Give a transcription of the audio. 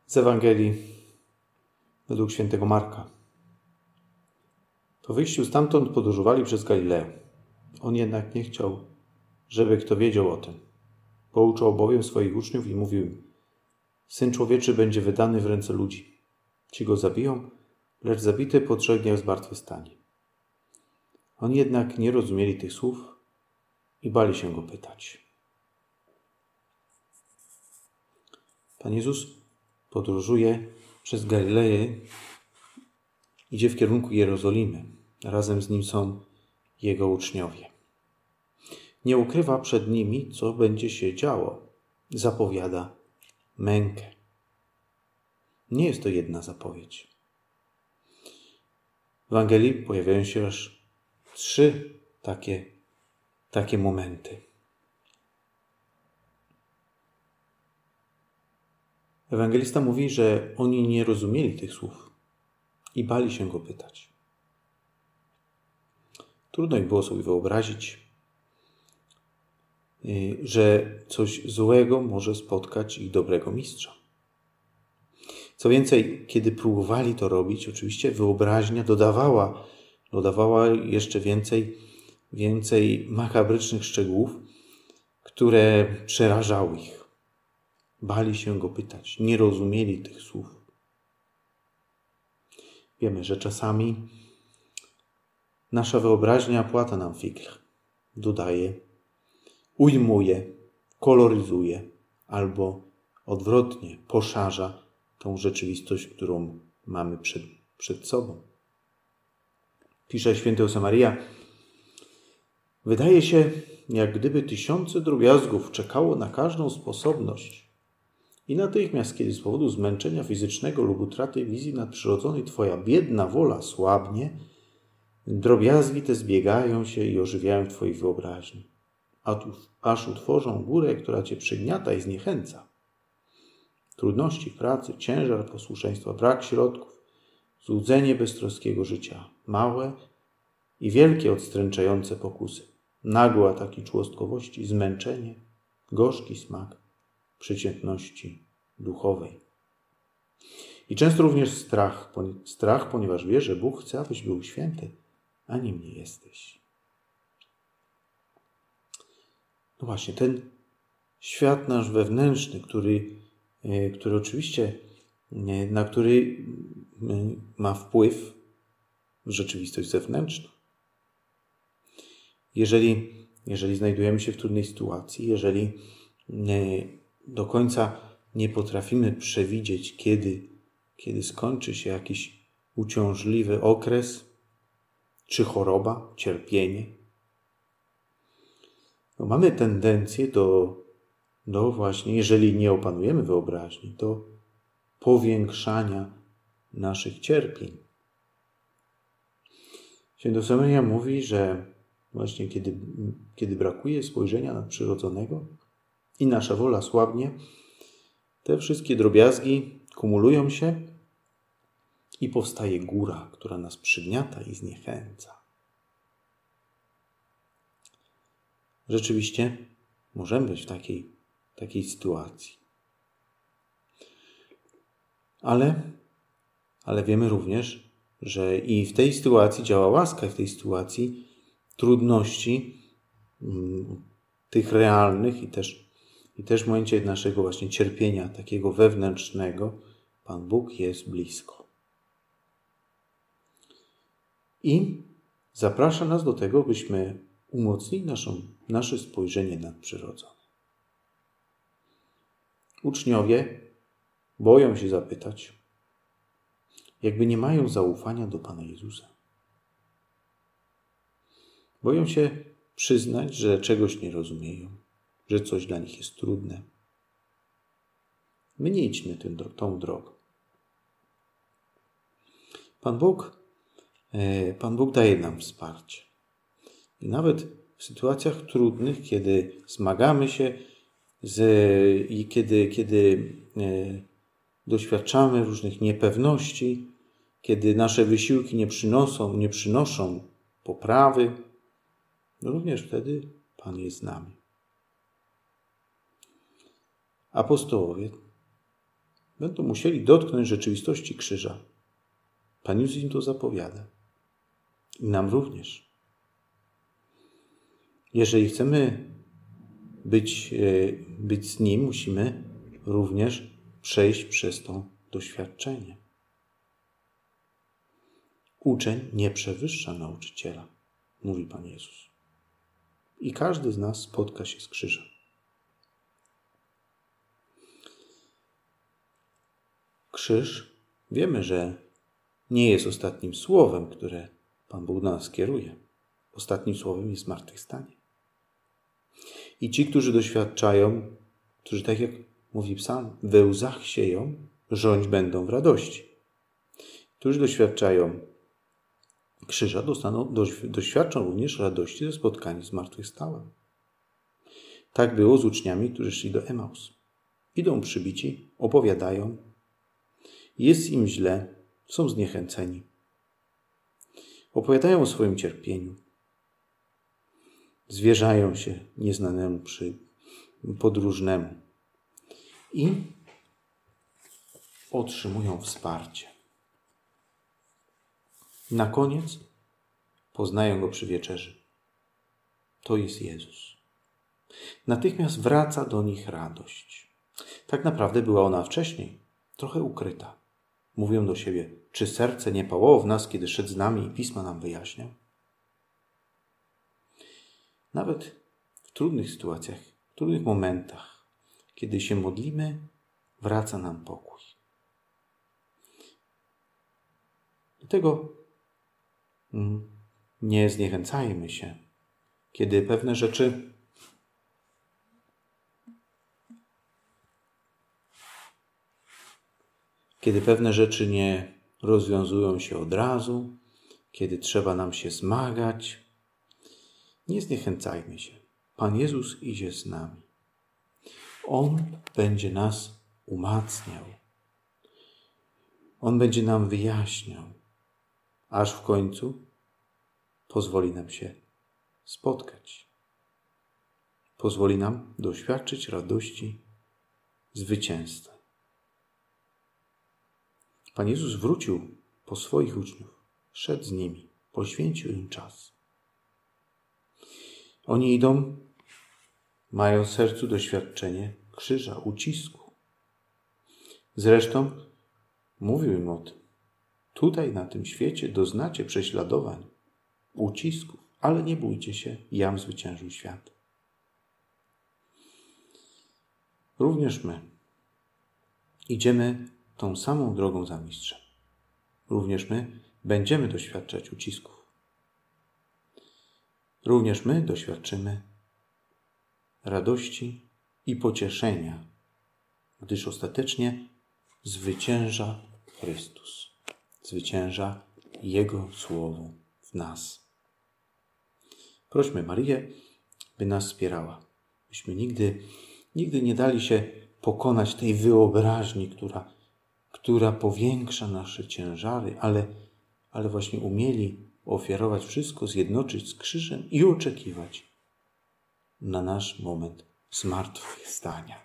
Z Ewangelii według świętego Marka. Po wyjściu stamtąd podróżowali przez Galileę. On jednak nie chciał, żeby kto wiedział o tym. Pouczał bowiem swoich uczniów i mówił im: Syn Człowieczy będzie wydany w ręce ludzi. Ci go zabiją, lecz zabity po 3 dniach zmartwychwstanie. Oni jednak nie rozumieli tych słów i bali się go pytać. Pan Jezus podróżuje przez Galileję, idzie w kierunku Jerozolimy. Razem z nim są jego uczniowie. Nie ukrywa przed nimi, co będzie się działo. Zapowiada mękę. Nie jest to jedna zapowiedź. W Ewangelii pojawiają się aż 3 takie momenty. Ewangelista mówi, że oni nie rozumieli tych słów i bali się go pytać. Trudno ich było sobie wyobrazić, że coś złego może spotkać ich dobrego mistrza. Co więcej, kiedy próbowali to robić, oczywiście wyobraźnia dodawała jeszcze więcej makabrycznych szczegółów, które przerażały ich. Bali się go pytać, nie rozumieli tych słów. Wiemy, że czasami nasza wyobraźnia płata nam figl. Dodaje, ujmuje, koloryzuje albo odwrotnie poszarza tą rzeczywistość, którą mamy przed sobą. Pisze święty Josemaria: wydaje się, jak gdyby 1000 drobiazgów czekało na każdą sposobność i natychmiast, kiedy z powodu zmęczenia fizycznego lub utraty wizji nadprzyrodzonej twoja biedna wola słabnie, drobiazgi te zbiegają się i ożywiają w twojej wyobraźni, aż utworzą górę, która cię przygniata i zniechęca. Trudności w pracy, ciężar posłuszeństwa, brak środków, złudzenie beztroskiego życia, małe i wielkie odstręczające pokusy, nagłe ataki człostkowości, zmęczenie, gorzki smak przeciętności duchowej. I często również strach, ponieważ wie, że Bóg chce, abyś był święty, a nim nie jesteś. No właśnie, ten świat nasz wewnętrzny, który oczywiście, na który ma wpływ rzeczywistość zewnętrzna. Jeżeli znajdujemy się w trudnej sytuacji, jeżeli do końca nie potrafimy przewidzieć, kiedy skończy się jakiś uciążliwy okres, czy choroba, cierpienie, no mamy tendencję do właśnie, jeżeli nie opanujemy wyobraźni, do powiększania naszych cierpień. Święty Josemaria mówi, że właśnie kiedy brakuje spojrzenia nadprzyrodzonego i nasza wola słabnie, te wszystkie drobiazgi kumulują się i powstaje góra, która nas przygniata i zniechęca. Rzeczywiście możemy być w takiej sytuacji. Ale wiemy również, że i w tej sytuacji działa łaska, w tej sytuacji trudności tych realnych i też w momencie naszego właśnie cierpienia takiego wewnętrznego Pan Bóg jest blisko. I zaprasza nas do tego, byśmy umocnili nasze spojrzenie nadprzyrodzone. Uczniowie boją się zapytać, jakby nie mają zaufania do Pana Jezusa. Boją się przyznać, że czegoś nie rozumieją, że coś dla nich jest trudne. My nie idźmy tą drogą. Pan Bóg daje nam wsparcie. I nawet w sytuacjach trudnych, kiedy zmagamy się i kiedy doświadczamy różnych niepewności, kiedy nasze wysiłki nie przynoszą poprawy, również wtedy Pan jest z nami. Apostołowie Będą musieli dotknąć rzeczywistości krzyża. Pan Jezus im to zapowiada. I nam również. Jeżeli chcemy być z Nim, musimy również przejść przez to doświadczenie. Uczeń nie przewyższa nauczyciela, mówi Pan Jezus. I każdy z nas spotka się z krzyżem. Krzyż, wiemy, że nie jest ostatnim słowem, które Pan Bóg do nas kieruje. Ostatnim słowem jest zmartwychwstanie. I ci, którzy doświadczają, którzy, tak jak mówi psalm, we łzach sieją, rządź będą w radości. Którzy doświadczają krzyża, doświadczą również radości ze spotkania z zmartwychwstałym. Tak było z uczniami, którzy szli do Emaus. Idą przybici, opowiadają. Jest im źle, są zniechęceni. Opowiadają o swoim cierpieniu. Zwierzają się nieznanemu podróżnemu i otrzymują wsparcie. Na koniec poznają Go przy wieczerzy. To jest Jezus. Natychmiast wraca do nich radość. Tak naprawdę była ona wcześniej, trochę ukryta. Mówią do siebie, czy serce nie pałało w nas, kiedy szedł z nami i Pisma nam wyjaśniał? Nawet w trudnych sytuacjach, w trudnych momentach, kiedy się modlimy, wraca nam pokój. Dlatego nie zniechęcajmy się, kiedy pewne rzeczy nie rozwiązują się od razu, kiedy trzeba nam się zmagać. Nie zniechęcajmy się. Pan Jezus idzie z nami. On będzie nas umacniał. On będzie nam wyjaśniał, aż w końcu pozwoli nam się spotkać. Pozwoli nam doświadczyć radości zwycięstwa. Pan Jezus wrócił po swoich uczniów, szedł z nimi, poświęcił im czas. Oni idą, mają w sercu doświadczenie krzyża, ucisku. Zresztą mówił im o tym. Tutaj na tym świecie doznacie prześladowań, ucisków, ale nie bójcie się, jam zwyciężył świat. Również my idziemy tą samą drogą za Mistrzem. Również my będziemy doświadczać ucisków. Również my doświadczymy radości i pocieszenia, gdyż ostatecznie zwycięża Chrystus. Zwycięża Jego Słowo w nas. Prośmy Maryję, by nas wspierała. Byśmy nigdy nie dali się pokonać tej wyobraźni, która powiększa nasze ciężary, ale właśnie umieli ofiarować wszystko, zjednoczyć z krzyżem i oczekiwać na nasz moment zmartwychwstania.